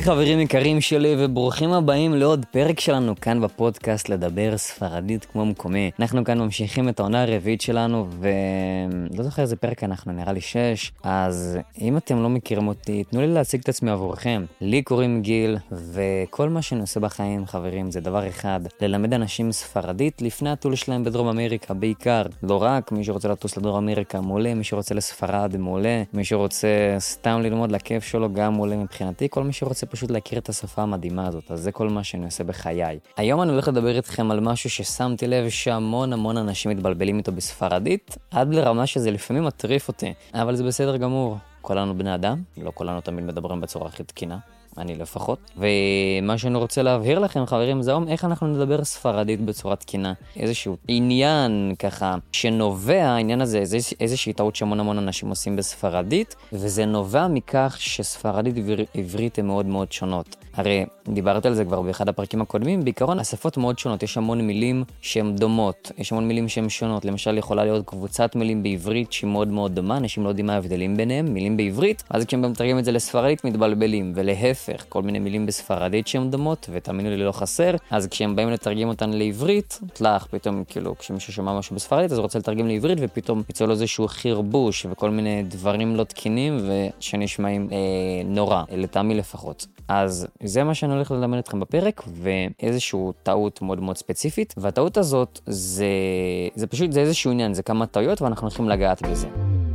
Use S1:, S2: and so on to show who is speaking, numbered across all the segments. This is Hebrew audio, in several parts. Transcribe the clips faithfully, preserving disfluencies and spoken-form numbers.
S1: חברים יקרים שלי וברוכים הבאים לעוד פרק שלנו כאן בפודקאסט לדבר ספרדית כמו מקומי. אנחנו כאן ממשיכים את העונה הרביעית שלנו ולא זוכר איזה פרק אנחנו, נראה לי שש. אז אם אתם לא מכירים אותי, תנו לי להציג את עצמי עבורכם. לי קוראים גיל וכל מה שאני עושה בחיים חברים זה דבר אחד, ללמד אנשים ספרדית לפני הטול שלהם בדרום אמריקה בעיקר. לא רק מי שרוצה לטוס לדרום אמריקה מעולה, מי שרוצה לספרד מעולה, מי שרוצה סתם ללמוד לכיף שלו גם מעולה מבחינתי, כל מי שרוצה פשוט להכיר את השפה המדהימה הזאת. אז זה כל מה שאני עושה בחיי. היום אני הולך לדבר איתכם על משהו ששמתי לב שהמון המון אנשים מתבלבלים איתו בספרדית, עד לרמה שזה לפעמים מטריף אותי, אבל זה בסדר גמור. כולנו בני אדם, לא כולנו תמיד מדברים בצורה הכי תקינה, אני לפחות. ומה שאני רוצה להבהיר לכם חברים זה איך אנחנו נדבר ספרדית בצורה תקינה. איזשהו עניין ככה שנובע, העניין הזה, איז, איזושהי טעות שהמון המון אנשים עושים בספרדית, וזה נובע מכך שספרדית ועברית הן מאוד מאוד שונות. הרי דיברתי על זה כבר באחד הפרקים הקודמים, בעיקרון השפות מאוד שונות, יש המון מילים שהן דומות, יש המון מילים שהן שונות. למשל יכולה להיות קבוצת מילים בעברית שהיא מאוד מאוד דומה, אנשים לא יודעים מה ההבדלים ביניהם, מילים בעברית, אז כשהם מתרגמים את זה לספרדית מתבלבלים, ולהפך, כל מיני מילים בספרדית שהן דומות, ותאמינו לי לא חסר, אז כשהם באים לתרגם אותן לעברית, תלך, פתאום כאילו כשמישהו שומע משהו בספרדית, אז הוא רוצה לתרגם לעברית, ופתאום יצא לו איזשהו חרבוש, וכל מיני דברים לא תקינים, ושנשמעים אה, נורא, לטעמי לפחות. אז זה מה שאני הולך ללמד אתכם בפרק, ואיזשהו טעות מאוד מאוד ספציפית, והטעות הזאת זה, זה פשוט, זה איזשהו עניין, זה כמה טעויות, ואנחנו הולכים לגעת בזה.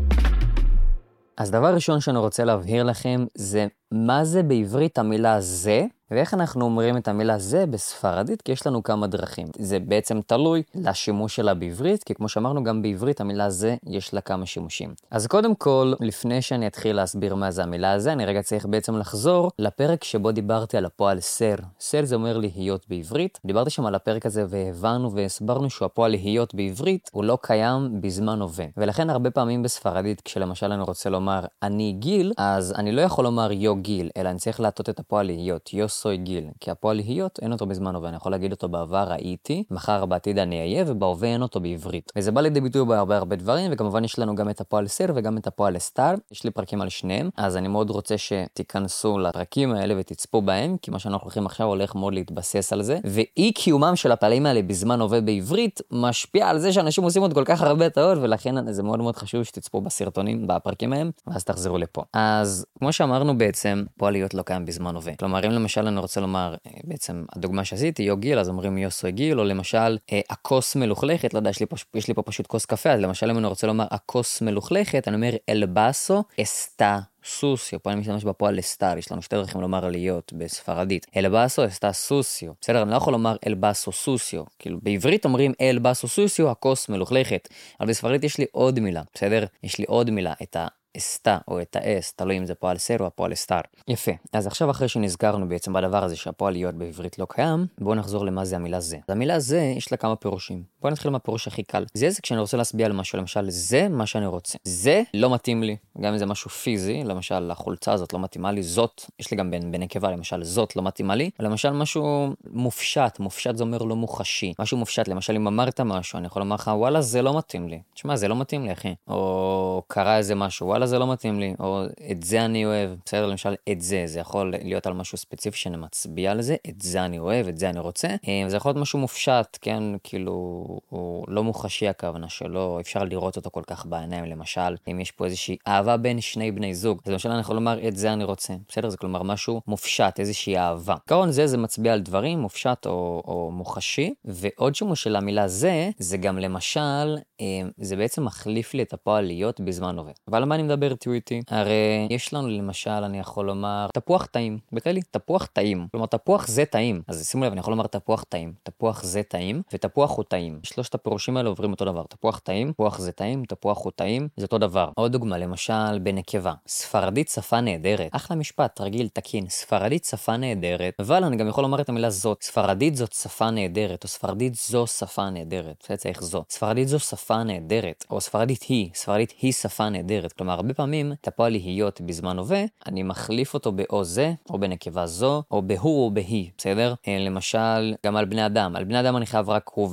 S1: אז דבר ראשון שאני רוצה להבהיר לכם, זה מה זה בעברית המילה זה, ואיך אנחנו אומרים את המילה זה בספרדית, כי יש לנו כמה דרכים. זה בעצם תלוי לשימוש שלה בעברית, כי כמו שאמרנו גם בעברית המילה זה יש לה כמה שימושים. אז קודם כל, לפני שאני אתחיל להסביר מה זה המילה זה, אני רגע צריך בעצם לחזור לפרק שבו דיברתי על הפועל סר. סר זה אומר להיות בעברית. דיברתי שם על הפרק הזה והבנו והסברנו שהפועל להיות בעברית הוא לא קיים בזמן הווה. ולכן הרבה פעמים בספרדית, כשלמשל אני רוצה לומר אני גיל, אז אני לא יכול לומר יו גיל, אלא אני צריך להטות את הפועל להיות, יו סוי גיל, כי הפועל להיות אין אותו בזמן הווה. אני יכול להגיד אותו בעבר הייתי, מחר בעתיד אני אהיה, ובהווה אין אותו בעברית. וזה בא לידי ביטוי בהרבה הרבה דברים, וכמובן יש לנו גם את הפועל סר וגם את הפועל סטאר. יש לי פרקים על שניהם, אז אני מאוד רוצה שתיכנסו לפרקים האלה ותצפו בהם, כי מה שאנחנו הולכים עכשיו הולך מאוד להתבסס על זה. ואי קיומם של הפעלים האלה בזמן הווה בעברית משפיע על זה שאנשים עושים עוד כל כך הרבה טעות, ולכן זה מאוד מאוד חשוב שתצפו בסרטונים, בפרקים מהם, ואז תחזרו לפה. אז כמו שאמרנו בעצם, פועל להיות לא קיים בזמן הווה. כלומר, אם למשל אני רוצה לומר, בעצם הדוגמה שעשיתי, יו גיל, אז אומרים יו סוי גיל, או למשל, הכוס מלוכלכת, לא יודע, יש לי פה, יש לי פה פשוט כוס קפה, אז למשל אם אני רוצה לומר הכוס מלוכלכת, אני אומר אל בסו אסטה סוסיו. פה אני משתמש בפועל לסטאר, יש לנו שתי דרכים לומר להיות בספרדית. אל בסו אסטה סוסיו. בסדר, אני לא יכול לומר אל בסו סוסיו. כאילו בעברית אומרים אל בסו סוסיו, הכוס מלוכלכת. אבל בספרדית יש לי עוד מילה, בסדר? יש לי עוד מילה, את ה... אסטה או את האס, תלוי אם זה פועל סר או הפועל סטאר. יפה. אז עכשיו אחרי שנזכרנו בעצם בדבר הזה שהפועל להיות בעברית לא קיים, בואו נחזור למה זה המילה זה. אז המילה זה יש לה כמה פירושים. בואו נתחיל מהפירוש הכי קל. זה זה כשאני רוצה להסביע על משהו, למשל זה מה שאני רוצה. זה לא מתאים לי. גם אם זה משהו פיזי, למשל החולצה הזאת לא מתאימה לי, זאת, יש לי גם בין, בין נקבה, למשל זאת לא מתאימה לי. למשל משהו מופשט, מופשט זה אומר לא מוחשי. משהו מופשט, למשל אם אמרת משהו, אני יכול לומר לך, וואלה, זה לא מתאים לי. תשמע, זה לא מתאים לי, אחי. או קרה איזה משהו, וואלה, זה לא מתאים לי, או את זה אני אוהב. בסדר, למשל, את זה, זה יכול להיות על משהו ספציפי שאני מצביע על זה, את זה אני אוהב, את זה אני רוצה. זה יכול להיות משהו מופשט, כן, כאילו, הוא לא מוחשי הכוונה שלו, אפשר לראות אותו כל כך בעיניים, למשל, אם יש פה איזושהי אהבה בין שני בני זוג, אז למשל אני יכול לומר, את זה אני רוצה. בסדר, זה כלומר משהו מופשט, איזושהי אהבה. כעון זה, זה מצביע על דברים, מופשט או, או מוחשי, ועוד שימוש של המילה זה, זה גם למשל, זה בעצם מחליף לי את הפועל להיות בזמן הווה. אבל מה אני מדבר תהיו איתי? הרי יש לנו למשל, אני יכול לומר, תפוח טעים. בכלי, תפוח טעים. כלומר, תפוח זה טעים. אז שימו לב, אני יכול לומר תפוח טעים. תפוח זה טעים, ותפוח הוא טעים. שלושת הפירושים האלה עוברים אותו דבר. תפוח טעים, תפוח זה טעים, תפוח הוא טעים, זה אותו דבר. עוד דוגמה, למשל, בנקבה. ספרדית שפה נהדרת. אחלה משפט, רגיל, תקין. ספרדית שפה נהדרת. אבל אני גם יכול לומר את המילה זאת. ספרדית זאת שפה נהדרת, או ספרדית זו שפה נהדרת. זה צריך זו. ספרדית זו שפה נהדרת, או ספרדית היא. ספרדית היא שפה נהדרת. כלומר, הרבה פעמים את הפועל להיות בזמן הווה, אני מחליף אותו באו זה, או בנקבה זו, או בהוא או בהיא, בסדר? למשל, גם על בני אדם. על בני אדם אני חייב רק הוא והיא.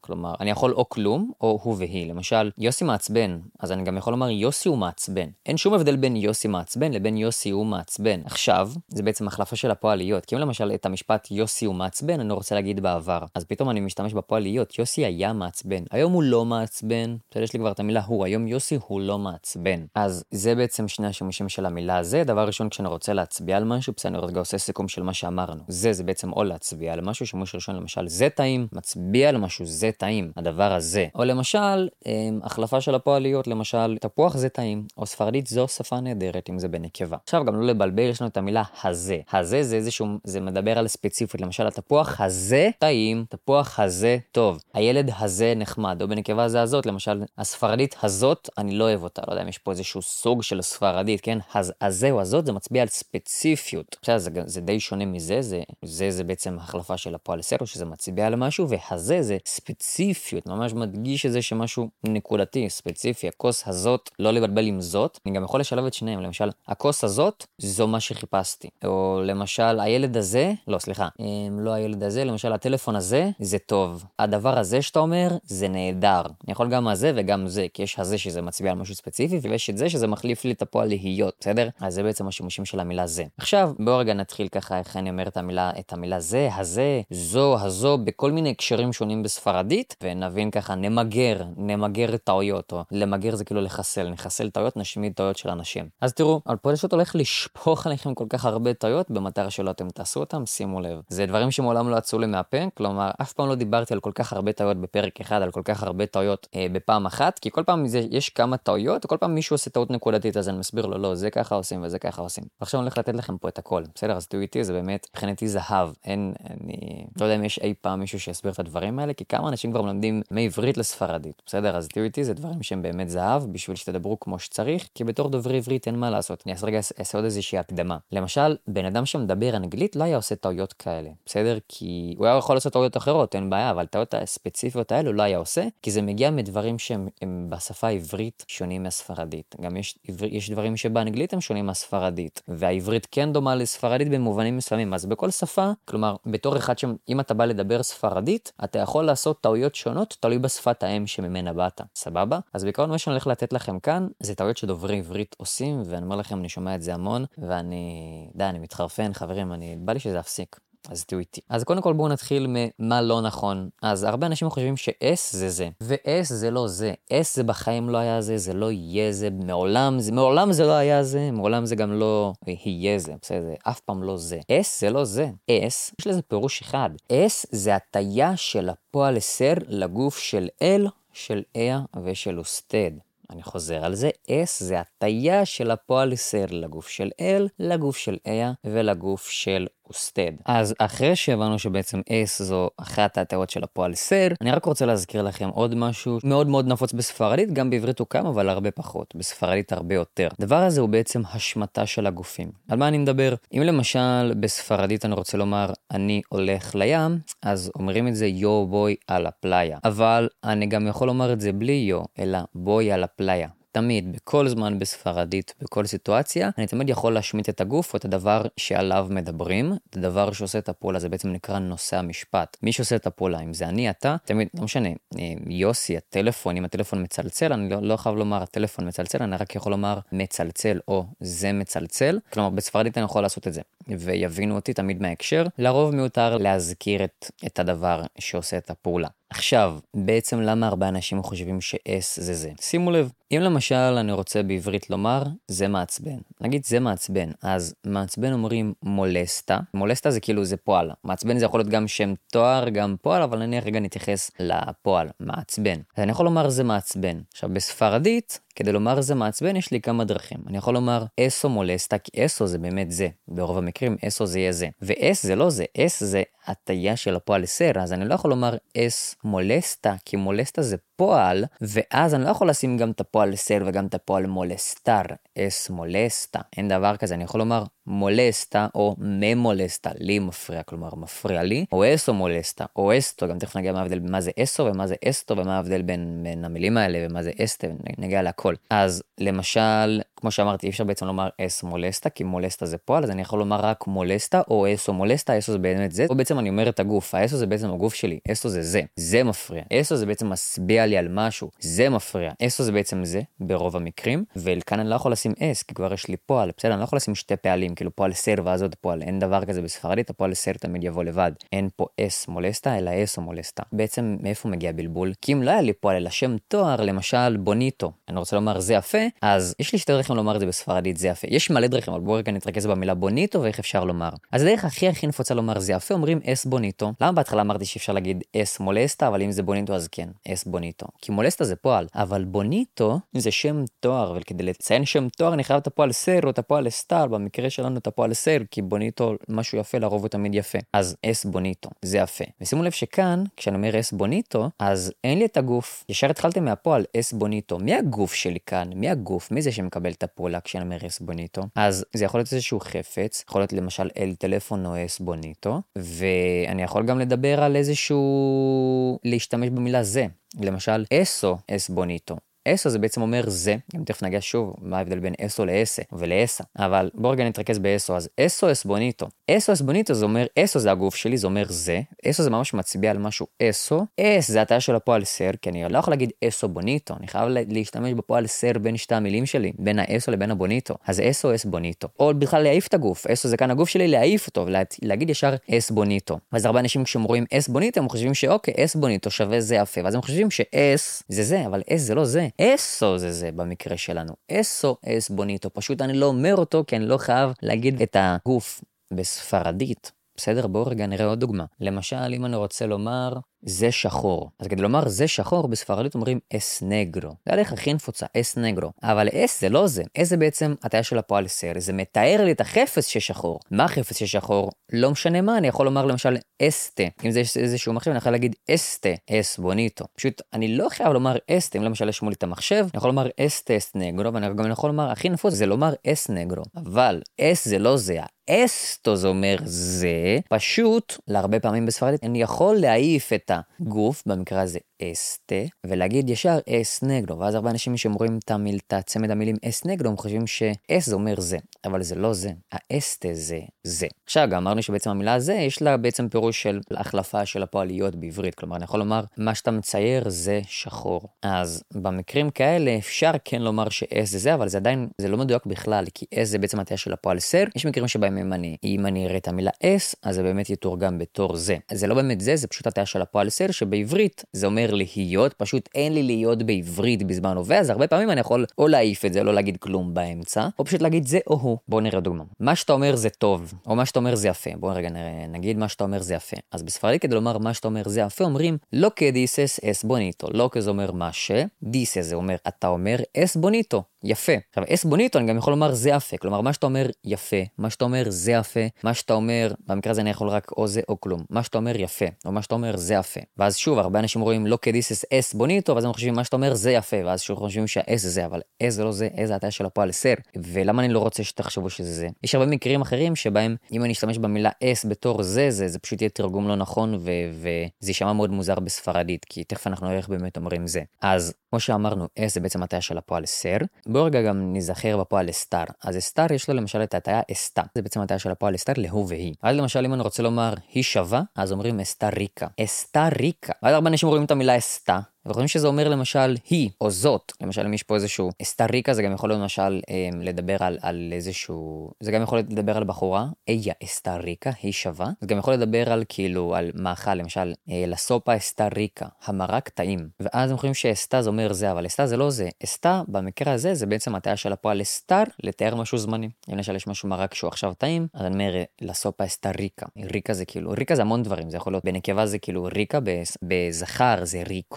S1: כלומר, אני יכול או כלום, או הוא והיא. למשל, יוסי מעצבן, אז אני גם יכול לומר יוסי הוא מעצבן. אין שום הבדל בין יוסי מעצבן לבין יוסי הוא מעצבן. עכשיו, זה בעצם החלפה של הפועל להיות. כי אם למשל את המשפט יוסי הוא מעצבן, אני רוצה להגיד בעבר. אז פתאום אני משתמש בפועל להיות. יוסי היה מעצבן. היום הוא לא מעצבן. בסדר, יש לי כבר את המילה הוא. היום יוסי הוא לא מעצבן. אז זה בעצם שני השימושים של המילה הזה. דבר ראשון, כשאני רוצה להצביע על משהו, בסדר, אני רגע עושה סיכום של מה שאמרנו. זה, זה בעצם או להצביע על משהו. שימוש ראשון, למשל, זה טעים. מצביע על משהו, זה טעים. הדבר הזה. או למשל, החלפה של הפועל להיות, למשל, תפוח זה טעים. או ספרדית זו שפה נהדרת, אם זה בנקבה. עכשיו, גם לא לבלבל, יש לנו את המילה הזה. הזה זה איזשהו, זה מדבר על ספציפית. למשל, התפוח הזה טעים, תפוח הזה טוב. הילד הזה נחמד. או בנקבה זה הזאת, למשל, הספרדית הזאת, אני לא אוהב אותה. לא יודע אם יש פה איזשהו סוג של ספרדית, כן? הז, הזה או הזאת, זה מצביע על ספציפיות. עכשיו, זה, זה די שונה מזה. זה, זה, זה בעצם החלפה של הפועל סר, שזה מצביע על משהו, והזה זה ספציפיות. ממש מדגיש את זה שמשהו נקודתי, ספציפי. הכוס הזאת, לא לבלבל עם זאת. אני גם יכול לשלב את שניהם. למשל, הכוס הזאת, זו מה שחיפשתי. או למשל, הילד הזה, לא, סליחה, לא הילד הזה, למשל, הטלפון הזה, זה טוב. הדבר הזה שאתה אומר, זה נהדר. אני יכול גם הזה וגם זה, כי יש הזה שזה מצביע על משהו ספציפי, ויש את זה שזה מחליף לי את הפועל להיות, בסדר? אז זה בעצם השימושים של המילה זה. עכשיו, בואו רגע נתחיל ככה איך אני אומר את המילה, את המילה זה, הזה, זו, הזו, בכל מיני הקשרים שונים בספרדית, ונבין ככה, נמגר, נמגר טעויות, או למגר זה כאילו לחסל, נחסל טעויות, נשמיד טעויות של אנשים. אז תראו, על פשוט הולך לשפוך עליכם כל כך הרבה טעויות, במטרה שלא אתם תעשו אותם, שימו לב. זה דברים שמעולם לא יצאו לי מהפה, כלומר, אף פעם לא דיברתי על כל כך הרבה טעויות בפרק אחד, על כל כך הרבה טעויות אה, בפעם אחת, כי כל פעם זה, יש כמה טעויות, וכל פעם מישהו עושה טעות נקודתית, אז אני מסביר לו, לא, זה ככה עושים וזה ככה עושים. ועכשיו אני הולך לתת לכם פה את הכל. בסדר, אז תהיו איתי, זה באמת, מבחינתי זהב. אין, אני לא יודע אם יש אי פעם מישהו שיסביר את הדברים האלה, כי כמה אנשים כבר מלמדים מעברית לספרדית. בסדר, אז תהיו איתי, זה דברים שהם באמת זהב, בשביל שתדברו כמו שצריך, כי בתור דוברי עברית אין מה לעשות. אני רגע אעשה עוד איזושהי הקדמה. למשל, בן אדם שמדבר אנגלית לא היה עושה טעויות כאלה. בסדר? כי הוא היה יכול לעשות טעויות אחרות, אין בעיה, אבל טעויות הספציפיות האלו לא היה עושה, כי זה מגיע מדברים שהם בשפה העברית שונים מהספרדית. גם יש, יש דברים שבאנגלית הם שונים מהספרדית, והעברית כן דומה לספרדית במובנים מסוימים. אז בכל שפה, כלומר, בתור אחד שאם אתה בא לדבר ספרדית, אתה יכול לעשות טעויות שונות, תלוי בשפת האם שממנה באת. סבבה? אז בעיקרון מה שאני הולך לתת לכם כאן, זה טעויות שדוברי עברית עושים, ואני אומר לכם, אני שומע את זה המון, ואני, די, אני מתחרפן, חברים, אני, בא לי שזה יפסיק. אז תהיו איתי. אז קודם כל בואו נתחיל ממה לא נכון. אז הרבה אנשים חושבים ש-S זה זה, ו-S זה לא זה. S זה בחיים לא היה זה, זה לא יהיה זה, מעולם זה, מעולם זה לא היה זה, מעולם זה גם לא יהיה זה, בסדר, זה אף פעם לא זה. S זה לא זה. S, יש לזה פירוש אחד. S זה הטיה של הפועל סר לגוף של אל, של איה ושל אוסטד. אני חוזר על זה, S זה הטיה של הפועל סר לגוף של אל, לגוף של איה ולגוף של אוסטד. אז אחרי שהבנו שבעצם S זו אחת ההטיות של הפועל סר, אני רק רוצה להזכיר לכם עוד משהו מאוד מאוד נפוץ בספרדית, גם בעברית הוא קם, אבל הרבה פחות, בספרדית הרבה יותר. הדבר הזה הוא בעצם השמטה של הגופים. על מה אני מדבר? אם למשל בספרדית אני רוצה לומר אני הולך לים, אז אומרים את זה יו בוי על הפליה. אבל אני גם יכול לומר את זה בלי יו, אלא בוי על הפליה. תמיד, בכל זמן בספרדית, בכל סיטואציה, אני תמיד יכול להשמיט את הגוף או את הדבר שעליו מדברים. את הדבר שעושה את הפעולה, זה בעצם נקרא נושא המשפט. מי שעושה את הפעולה, אם זה אני, אתה, תמיד, לא משנה, יוסי, הטלפון, אם הטלפון מצלצל, אני לא, לא חייב לומר הטלפון מצלצל, אני רק יכול לומר מצלצל או זה מצלצל. כלומר, בספרדית אני יכול לעשות את זה. ויבינו אותי תמיד מההקשר. לרוב מיותר להזכיר את, את הדבר שעושה את הפעולה. עכשיו, בעצם למה הרבה אנשים חושבים ש-S זה זה? שימו לב, אם למשל אני רוצה בעברית לומר, זה מעצבן. נגיד זה מעצבן, אז מעצבן אומרים מולסטה. מולסטה זה כאילו זה פועל. מעצבן זה יכול להיות גם שם תואר, גם פועל, אבל נניח רגע נתייחס לפועל, מעצבן. אז אני יכול לומר זה מעצבן. עכשיו, בספרדית, כדי לומר זה מעצבן, יש לי כמה דרכים. אני יכול לומר אסו מולסטה, כי אסו זה באמת זה. ברוב המקרים, אסו זה יהיה זה. ו-S זה לא זה. S זה הטיה של הפועל סר, אז אני לא יכול לומר S מולסטה, כי מולסטה זה פועל, ואז אני לא יכול לשים גם את הפועל סר וגם את הפועל מולסטר, אס מולסטה. אין דבר כזה, אני יכול לומר מולסטה או ממולסטה, לי מפריע, כלומר מפריע לי, או אסו מולסטה, או אסטו, גם תכף נגיע מה ההבדל במה זה אסו ומה זה אסטו, ומה ההבדל בין, בין המילים האלה ומה זה אסטה, נגיע להכל. אז למשל, כמו שאמרתי, אי אפשר בעצם לומר אס מולסטה, כי מולסטה זה פועל, אז אני יכול לומר רק מולסטה, או אסו מולסטה, אסו זה באמת זה, או בעצם אני אומר את הגוף, האסו זה בעצם הגוף שלי, אסו זה זה, זה מפריע, אסו זה בעצם משביע לי על משהו, זה מפריע, אסו זה בעצם זה, ברוב המקרים, וכאן אני לא יכול לשים אס, כי כבר יש לי פועל, בסדר, אני לא יכול לשים שתי פעלים, כאילו פועל סר ואז עוד פועל, אין דבר כזה בספרדית, הפועל סר תמיד יבוא לבד, אין פה אס מולסטה, אלא אסו מולסטה. בעצם מאיפה מגיע בלבול? כי אם לא היה לי פועל אלא שם תואר, למשל בוניטו, אני רוצה לומר זה יפה, אז יש לי שתי דרכים לומר את זה בספרדית, זה יפה. יש מלא דרכים, אבל בואו רגע נתרכז במילה בוניטו ואיך אפשר לומר. אז הדרך הכי הכי נפוצה לומר זה יפה, אומרים אס בוניטו. למה בהתחלה אמרתי שאפשר להגיד אס מולסטה, אבל אם זה בוניטו אז כן, אס בוניטו. כי מולסטה זה פועל, אבל בוניטו זה שם תואר, וכדי לציין שם תואר אני חייב את הפועל סר או את הפועל סטאר, במקרה שלנו את הפועל סר, כי בוניטו משהו יפה, לרוב הוא תמיד יפה. אז אס בוניטו, זה יפה. ושימו לב שכאן, כשאני אומר אס בוניטו, אז אין לי את הגוף. ישר התחלתם מהפועל אס בוניטו. מי הגוף שלי כאן? מי הגוף? מי זה שמקבל את הפעולה כשאני אומר אס בוניטו? אז זה יכול להיות איזשהו חפץ, יכול להיות למשל אל טלפון או אס בוניטו, ואני יכול גם לדבר על איזשהו להשתמש במילה זה. למשל אסו אס בוניטו. אסו זה בעצם אומר זה, גם תכף נגיע שוב מה ההבדל בין אסו לאסה ולאסה, אבל בואו רגע נתרכז באסו. אז אסו אס בוניטו, אסו אס בוניטו זה אומר, אסו זה הגוף שלי, זה אומר זה, אסו זה ממש מצביע על משהו אסו, אס זה התאה של הפועל סר, כי אני לא יכול להגיד אסו בוניטו, אני חייב להשתמש בפועל סר בין שתי המילים שלי, בין האסו לבין הבוניטו, אז אסו אס בוניטו, או בכלל להעיף את הגוף, אסו זה כאן הגוף שלי, להעיף אותו ולהגיד ישר אס בוניטו. אז הרבה אנשים כשמורים אס בוניטו הם חושבים שאוקיי, אס בוניטו שווה זה יפה, ואז הם חושבים שאס זה זה, אבל אס זה לא זה. אסו זה זה במקרה שלנו. אסו אס בוניטו. פשוט אני לא אומר אותו כי אני לא חייב להגיד את הגוף בספרדית. בסדר? בואו רגע נראה עוד דוגמה. למשל, אם אני רוצה לומר זה שחור. אז כדי לומר זה שחור, בספרדית אומרים אס נגרו. זה הלך הכי נפוצה, אס נגרו. אבל אס זה לא זה. אס זה בעצם התאה של הפועל סר. זה מתאר לי את החפץ ששחור. מה החפץ ששחור? לא משנה מה, אני יכול לומר למשל אסטה. אם זה איזשהו מחשב, אני יכול להגיד אסטה, אס בוניטו. פשוט אני לא חייב לומר אסטה. אם למשל יש מולי את המחשב, אני יכול לומר אסטה אס נגרו, ואני גם יכול לומר הכי נפוץ זה לומר אס נגרו. אבל אס זה לא זה. אסטו זה אומר זה, פשוט, להרבה פעמים בספרדית, אני יכול להעיף את הגוף, במקרה הזה אסטה, ולהגיד ישר אס נגרו, ואז הרבה אנשים שמורים את המיל, את צמד המילים אס נגרו, הם חושבים שאס זה אומר זה, אבל זה לא זה, האסטה זה זה. עכשיו, גם אמרנו שבעצם המילה הזה, יש לה בעצם פירוש של החלפה של הפועליות בעברית, כלומר, אני יכול לומר, מה שאתה מצייר זה שחור. אז במקרים כאלה, אפשר כן לומר שאס זה זה, אבל זה עדיין, זה לא מדויק בכלל, כי אס זה בעצם התאה של הפועל סר. יש מקרים שבהם אם אני, אם אני אראה את המילה אס, אז זה באמת יתורגם בתור זה. זה לא באמת זה, זה פשוט התאה של הפועל סר, שבעברית זה אומר להיות, פשוט אין לי להיות בעברית בזמן הווה, אז הרבה פעמים אני יכול או להעיף את זה, לא להגיד כלום באמצע, או פשוט להגיד זה או הוא. בואו נראה דוגמה. מה שאתה אומר זה טוב, או מה שאתה אומר זה יפה. בואו רגע נראה, נגיד מה שאתה אומר זה יפה. אז בספרדית כדי לומר מה שאתה אומר זה יפה, אומרים לא כדיסס אס בוניטו. לא כזה אומר מה ש, דיסס זה אומר אתה אומר אס בוניטו. יפה. עכשיו, אס בוניטו אני גם יכול לומר זה יפה, כלומר מה שאתה אומר יפה, מה שאתה אומר זה יפה, מה שאתה אומר, במקרה הזה אני יכול רק או זה או כלום, מה שאתה אומר יפה, או מה שאתה אומר זה יפה. ואז שוב, הרבה אנשים רואים לא כדיסס אס בוניטו, ואז הם חושבים מה שאתה אומר זה יפה, ואז שוב חושבים שהאס זה, אבל אס זה לא זה, אס זה התאה של הפועל סר. ולמה אני לא רוצה שתחשבו שזה זה? יש הרבה מקרים אחרים שבהם אם אני אשתמש במילה אס בתור זה, זה, זה פשוט יהיה תרגום לא נכון, ו- וזה יישמע מאוד מוזר בספרדית, כי תכף אנחנו נראה איך באמת אומרים זה. אז כמו שאמרנו, אס זה בעצם התאה של הפועל סר. בואו רגע גם נזכר בפועל אסטר. אז אסטר יש לו למשל את התאה אסטה. זה בעצם התאה של הפועל אסטר להוא והיא. אז למשל אם אני רוצה לומר היא שווה, אז אומרים אסטה ריקה. אסטה ריקה. אז הרבה אנשים רואים את המילה אסטה, וחושבים שזה אומר למשל היא או זאת. למשל אם יש פה איזשהו אסטה ריקה, זה גם יכול להיות למשל אה, לדבר על, על איזשהו, זה גם יכול לדבר על בחורה, איה אסטה ריקה, היא שווה. זה גם יכול לדבר על כאילו, על מאכל, למשל, אה, לסופה אסטה ריקה, המרק טעים. ואז הם חושבים שאסטה זה אומר זה, אבל אסטה זה לא זה. אסטה במקרה הזה זה בעצם התאה של הפועל אסטר לתאר משהו זמני. אם למשל יש משהו מרק שהוא עכשיו טעים, אז אני אומר לסופה אסטה ריקה. ריקה זה כאילו, ריקה זה המון דברים, זה יכול להיות בנקבה זה כאילו ריקה, בזכר זה ריקו, זה יכול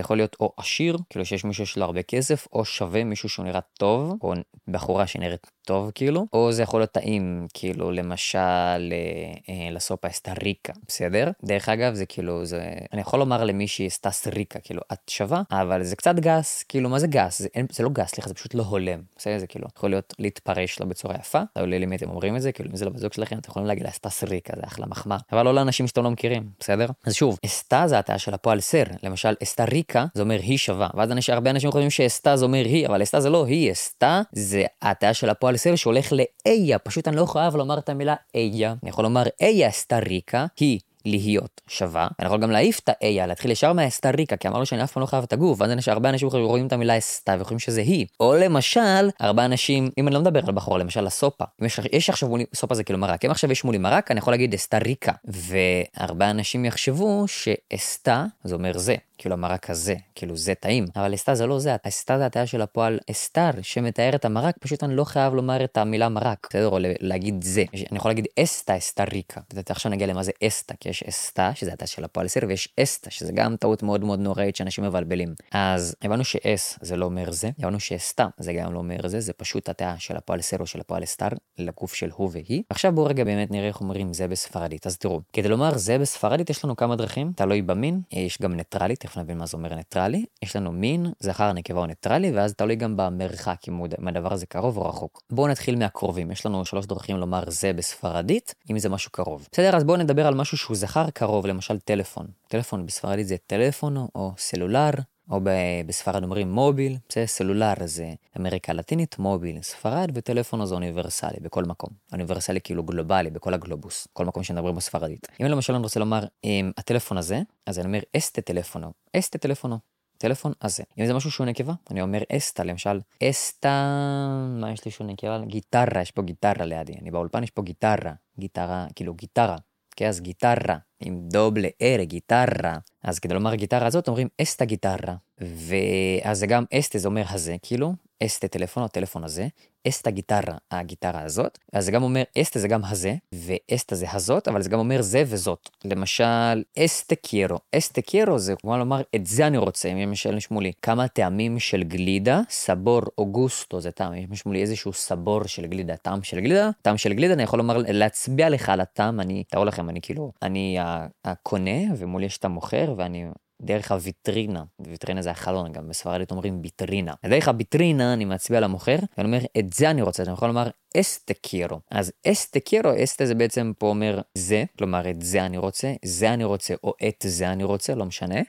S1: יכול להיות או עשיר, כאילו שיש מישהו שיש לו הרבה כסף, או שווה מישהו שהוא נראה טוב, או בחורה שנראית טוב כאילו, או זה יכול להיות טעים, כאילו למשל לסופה אסטה ריקה, בסדר? דרך אגב זה כאילו, זה, אני יכול לומר למישהי אסטה ריקה, כאילו את שווה, אבל זה קצת גס, כאילו מה זה גס? זה, זה לא גס, סליחה, זה פשוט לא הולם, בסדר? זה כאילו יכול להיות להתפרש לו בצורה יפה, תראו לי למי אתם אומרים את זה, כאילו אם זה לא בזוג שלכם, אתם יכולים להגיד אסטה ריקה, זה אחלה מחמאה, אבל לא לאנשים שאתם לא מכירים, בסדר? אז שוב, אסטה זה הטעה של הפועל סר, למשל אסטה ריקה זה אומר היא שווה, ואז אנשים, הרבה אנשים חושבים שאסטה זה אומר היא, אבל אסטה זה לא היא, אסטה זה הטעה של הפועל סר שהולך לאיה, פשוט אני לא חייב לומר את המילה איה, אני יכול לומר איה אסטה ריקה, היא להיות שווה, אני יכול גם להעיף את האיה, להתחיל ישר מהאסטה ריקה, כי אמרנו שאני אף פעם לא חייב את הגוף, ואז הרבה אנשים רואים את המילה אסטה וחושבים שזה היא, או למשל, הרבה אנשים, אם אני לא מדבר על בחור, למשל הסופה, אם יש, יש עכשיו מולי, סופה זה כאילו מרק, אם עכשיו יש מולי מרק, אני יכול להגיד אסטה ריקה, והרבה אנשים יחשבו שאסטה, זה אומר זה, כאילו המרק הזה, כאילו זה טעים, אבל אסטה זה לא זה, אסטה זה הטעה של הפועל אסטר, שמתאר את המרק, פשוט אני לא חייב לומר את המילה מרק, בסדר? או להגיד זה, אני יכול להגיד אסטה, אסטה ריקה, עכשיו נגיע למה זה אסטה, כי יש אסטה, שזה הטעה של הפועל אסטר, ויש אסטה, שזה גם טעות מאוד מאוד נוראית שאנשים מבלבלים. אז הבנו שאס זה לא אומר זה, הבנו שאסטה זה גם לא אומר זה, זה פשוט הטעה של הפועל אסטר או של הפועל אסטר, לגוף של הוא והיא. עכשיו בואו רגע באמת נראה איך אומרים זה בספרדית. אז תראו, כדי לומר זה בספרדית יש לנו כמה דרכים, תלוי במין, יש גם ניטרלי, תכף נבין מה זה אומר ניטרלי, יש לנו מין, זכר, נקבה או ניטרלי, ואז תלוי גם במרחק, אם הדבר הזה קרוב או רחוק. בואו נתחיל מהקרובים, יש לנו שלוש דרכים לומר זה בספרדית, אם זה משהו קרוב. בסדר, אז בואו נדבר על משהו שהוא זכר קרוב, למשל טלפון. טלפון בספרדית זה טלפון או סלולר, או בספרד אומרים מוביל, זה סלולר זה אמריקה לטינית, מוביל ספרד, וטלפון זה אוניברסלי בכל מקום. אוניברסלי כאילו גלובלי, בכל הגלובוס, כל מקום שנדברים בספרדית. אם למשל אני רוצה לומר עם הטלפון הזה, אז אני אומר אסטה טלפונו, אסטה טלפונו, טלפון הזה. אם זה משהו שהוא נקבה, אני אומר אסטה, למשל אסטה, מה יש לי שהוא נקבה? גיטרה, יש פה גיטרה לידי, אני באולפן יש פה גיטרה, גיטרה, כאילו גיטרה. אוקיי, אז גיטרה, עם דובלה אר, גיטרה. אז כדי לומר גיטרה הזאת, אומרים אסטה גיטרה. ואז זה גם אסטה, זה אומר הזה, כאילו, אסטה טלפון, הטלפון הזה, אסטה גיטרה, הגיטרה הזאת. אז זה גם אומר, אסטה זה גם הזה, ואסטה זה הזאת, אבל זה גם אומר זה וזאת. למשל, אסטה קיירו. אסטה קיירו זה כמו לומר, את זה אני רוצה. אם למשל נשמעו לי כמה טעמים של גלידה, סבור או גוסטו, זה טעם. אם נשמעו לי איזשהו סבור של גלידה, טעם של גלידה, טעם של גלידה, אני יכול לומר, להצביע לך על הטעם, אני, תראו לכם, אני כאילו, אני הקונה, ומולי יש את המוכר, ואני דרך הוויטרינה, ויטרינה זה החלון, גם בספרדית אומרים ביטרינה. דרך הביטרינה אני מצביע למוכר, ואני אומר, את זה אני רוצה, אני יכול לומר, אסטה קיירו. אז אסטה קיירו, אסטה זה בעצם פה אומר זה, כלומר את זה אני רוצה, זה אני רוצה, או את זה אני רוצה, לא משנה.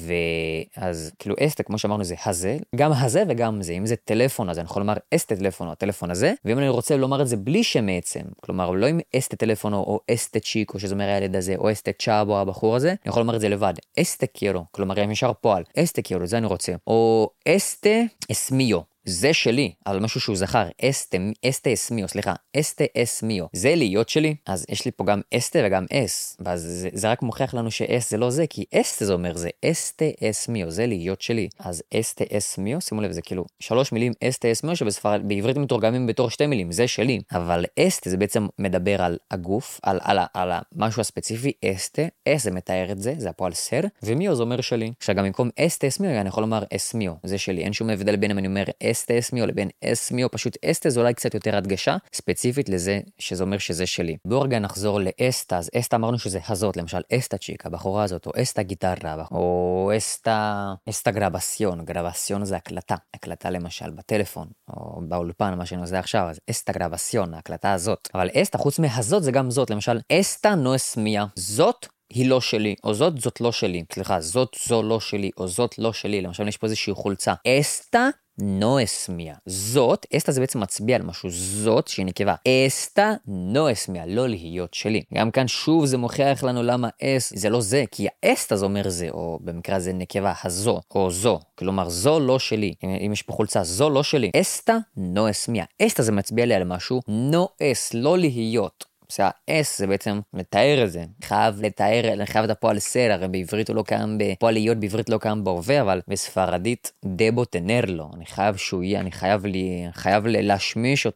S1: ואז כאילו אסטה, כמו שאמרנו, זה הזה, גם הזה וגם זה. אם זה טלפון, אז אני יכול לומר אסטה טלפון, או הטלפון הזה, ואם אני רוצה לומר את זה בלי שם מעצם, כלומר לא עם אסטה טלפון, או אסטה צ'יקו, שזה אומר הילד הזה, או אסטה צ'אבו, הבחור הזה, אני יכול לומר את זה לבד. אסטה קיירו, כלומר הם ישר פועל. אסטה קיירו, זה אני רוצה. או אסטה אסמיו. זה שלי, אבל משהו שהוא זכר, אסטה, אסטה אסמיו, סליחה, אסטה אסמיו, זה להיות שלי, אז יש לי פה גם אסטה וגם אס, ואז זה, זה רק מוכיח לנו שאס זה לא זה, כי אסטה זה אומר זה, אסטה אסמיו, זה להיות שלי, אז אסטה אסמיו, שימו לב, זה כאילו שלוש מילים אסטה אסמיו, שבספרד, בעברית מתורגמים בתור שתי מילים, זה שלי, אבל אסטה זה בעצם מדבר על הגוף, על, על, על, על משהו הספציפי, אסטה, אס זה מתאר את זה, זה הפועל סר, ומיו זה אומר שלי, שגם במקום אסטה אסמיו, אני יכול לומר אסמיו, זה שלי, אין שום הבדל בין אם אני אומר אסטה אסמיו לבין אסמיו, פשוט אסטה זה אולי קצת יותר הדגשה ספציפית לזה שזה אומר שזה שלי. בואו רגע נחזור לאסטה, אז אסטה אמרנו שזה הזאת, למשל אסטה צ'יקה, הבחורה הזאת, או אסטה גיטרה, או אסטה, אסטה גרבסיון, גרבסיון זה הקלטה, הקלטה למשל בטלפון, או באולפן, מה שאני עושה עכשיו, אז אסטה גרבסיון, ההקלטה הזאת. אבל אסטה חוץ מהזאת זה גם זאת, למשל אסטה נו אסמיה, זאת היא לא שלי, או זאת זאת לא שלי, סליחה, זאת זו לא שלי, או זאת לא שלי, למשל יש פה איזושהי חולצה, אסטה נו אסמיה, זאת, אסטה זה בעצם מצביע על משהו, זאת שהיא נקבה, אסטה נו אסמיה, לא להיות שלי. גם כאן שוב זה מוכיח לנו למה אס, זה לא זה, כי האסטה זה אומר זה, או במקרה זה נקבה, הזו, או זו, כלומר זו לא שלי, אם, אם יש פה חולצה, זו לא שלי, אסטה נו אסמיה, אסטה זה מצביע לי על משהו, נו אס, לא להיות. ה-S זה בעצם לתאר את זה, חייב לתאר, אני חייב את הפועל סר, הרי בעברית הוא לא קיים, בפועל להיות בעברית לא קיים בהווה, אבל בספרדית דבו תנר לו, אני חייב שהוא יהיה, אני חייב לי, חייב להשמיש אותו,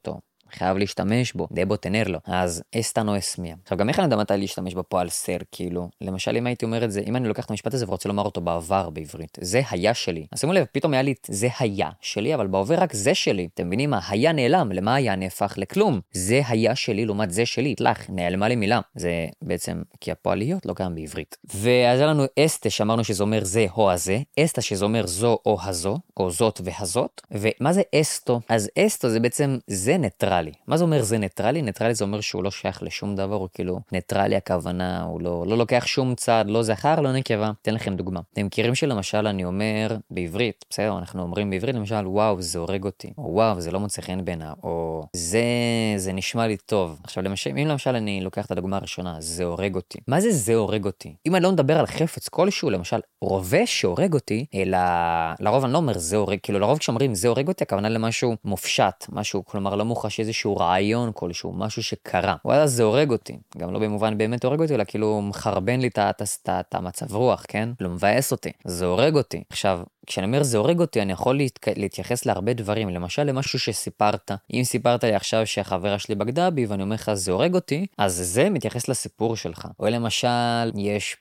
S1: חייב להשתמש בו, דבו תנרלו. אז אסטה נו אס מיה. עכשיו, גם איך אני יודע מתי להשתמש בפועל סר, כאילו? למשל, אם הייתי אומר את זה, אם אני לוקח את המשפט הזה ורוצה לומר אותו בעבר בעברית, זה היה שלי. אז שימו לב, פתאום היה לי, זה היה שלי, אבל בעובר רק זה שלי. אתם מבינים מה? היה נעלם, למה היה נהפך לכלום? זה היה שלי, לעומת זה שלי. תלך, נעלמה לי מילה. זה בעצם, כי הפועל להיות לא גם בעברית. ואז היה לנו אסטה, שאמרנו שזה אומר זה או הזה, אסטה שזה אומר זו או הזו, או זאת והזאת. ומה זה אסטו? אז אסטו זה בעצם זה ניטרלי. מה זה אומר זה ניטרלי? ניטרלי זה אומר שהוא לא שייך לשום דבר, הוא כאילו ניטרלי הכוונה, הוא לא, לא לוקח שום צד, לא זכר, לא נקבה. אתן לכם דוגמה. אתם מכירים שלמשל אני אומר בעברית, בסדר, אנחנו אומרים בעברית למשל, וואו, זה הורג אותי, או וואו, זה לא מוצא חן בעיניו, או זה, זה נשמע לי טוב. עכשיו, למשל, אם למשל אני לוקח את הדוגמה הראשונה, זה הורג אותי. מה זה זה הורג אותי? אם אני לא מדבר על חפץ כלשהו, למשל, רובה שהורג אותי, אלא לרוב אני לא אומר זה הורג, כאילו לרוב כשאומרים זה הורג אותי, הכוונה למשהו מופשט, משהו, כלומר לא מוחש איזשהו רעיון כלשהו, משהו שקרה. וואלה, זה הורג אותי. גם לא במובן באמת הורג אותי, אלא כאילו מחרבן לי את המצב רוח, כן? לא מבאס אותי. זה הורג אותי. עכשיו, כשאני אומר זה הורג אותי, אני יכול להת... להתייחס להרבה דברים, למשל למשהו שסיפרת. אם סיפרת לי עכשיו שהחברה שלי בגדה בי, ואני אומר לך זה הורג אותי, אז זה מתייחס לסיפור שלך. או למשל, יש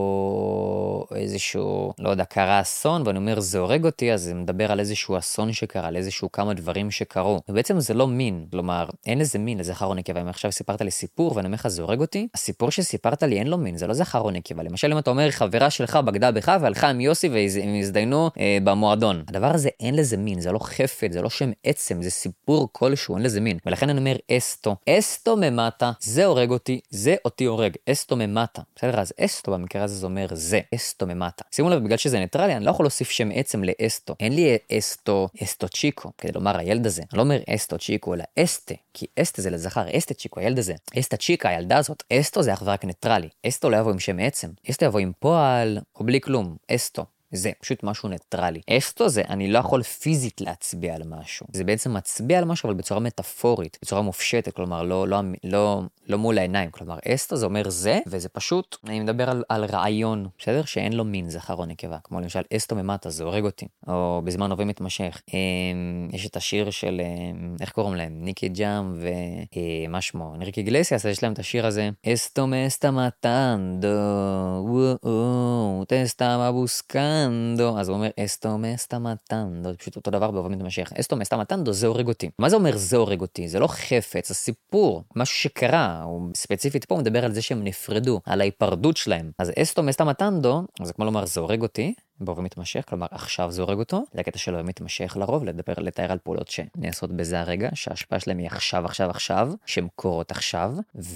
S1: פה איזשהו, לא יודע, קרה אסון, ואני אומר זה הורג אותי, אז זה מדבר על איזשהו אסון שקרה, על איזשהו כמה דברים שקרו. ובעצם זה לא מין, כלומר, אין איזה מין לזכר או נקבה. אם עכשיו סיפרת לי סיפור, ואני אומר לך זה הורג אותי, הסיפור שסיפרת לי אין לו מין, זה לא זכר או נקבה. למשל, אם אתה אומר חברה שלך בגדה בך, והלכה עם יוסי והם הזדיינו אה, במועדון. הדבר הזה אין לזה מין, זה לא חפץ, זה לא שם עצם, זה סיפור כלשהו, אין לזה מין. ולכן אני אומר אסטו. אסטו ממטה, זה הורג אותי, זה אותי הורג. אסטו ממטה. בסדר? אז אסטו במקרה הזה זה אומר זה. אסטו ממטה. שימו לב, בגלל שזה ניטרלי, אני לא יכול להוסיף שם עצם לאסטו. אין לי אסטו, אסטו צ'יקו, כדי לומר הילד הזה. אני לא אומר אסטו צ'יקו, אלא אסטה, כי אסטה זה לזכר, אסטה צ'יקו, הילד הזה. אסטה צ'יקה, הילדה הזאת. אסטו זה אך ורק ניטרלי. אסטו לא יבוא עם שם עצם. אסטו יבוא עם פועל, או בלי כלום. אסטו. זה פשוט משהו ניטרלי. אסטו זה, אני לא יכול פיזית להצביע על משהו. זה בעצם מצביע על משהו, אבל בצורה מטאפורית, בצורה מופשטת, כלומר, לא, לא, לא, לא מול העיניים. כלומר, אסטו זה אומר זה, וזה פשוט, אני מדבר על, על רעיון, בסדר? שאין לו מין, זכר או נקבה. כמו למשל, אסטו ממטה, זה הורג אותי. או בזמן עוברים מתמשך. יש את השיר של, איך קוראים להם? ניקי ג'אם ומה שמו? אנריקי גלסיאס, יש להם את השיר הזה. אסטו מסטה מטנדו, וואו, טסטה מבוסקן. אז הוא אומר אסטו מסטה מטנדו, זה פשוט אותו דבר בעוברים מתמשך. אסטו מסטה מטנדו, זה הורג אותי. מה זה אומר זה הורג אותי? זה לא חפץ, זה סיפור, משהו שקרה. הוא ספציפית פה מדבר על זה שהם נפרדו, על ההיפרדות שלהם. אז אסטו מסטה מטנדו, זה כמו לומר זה הורג אותי, בעוברים מתמשך, כלומר עכשיו זה הורג אותו. זה הקטע שלו מתמשך לרוב, לדבר, לתאר על פעולות שנעשות בזה הרגע, שההשפעה שלהם היא עכשיו, עכשיו, עכשיו, שהן קורות עכשיו,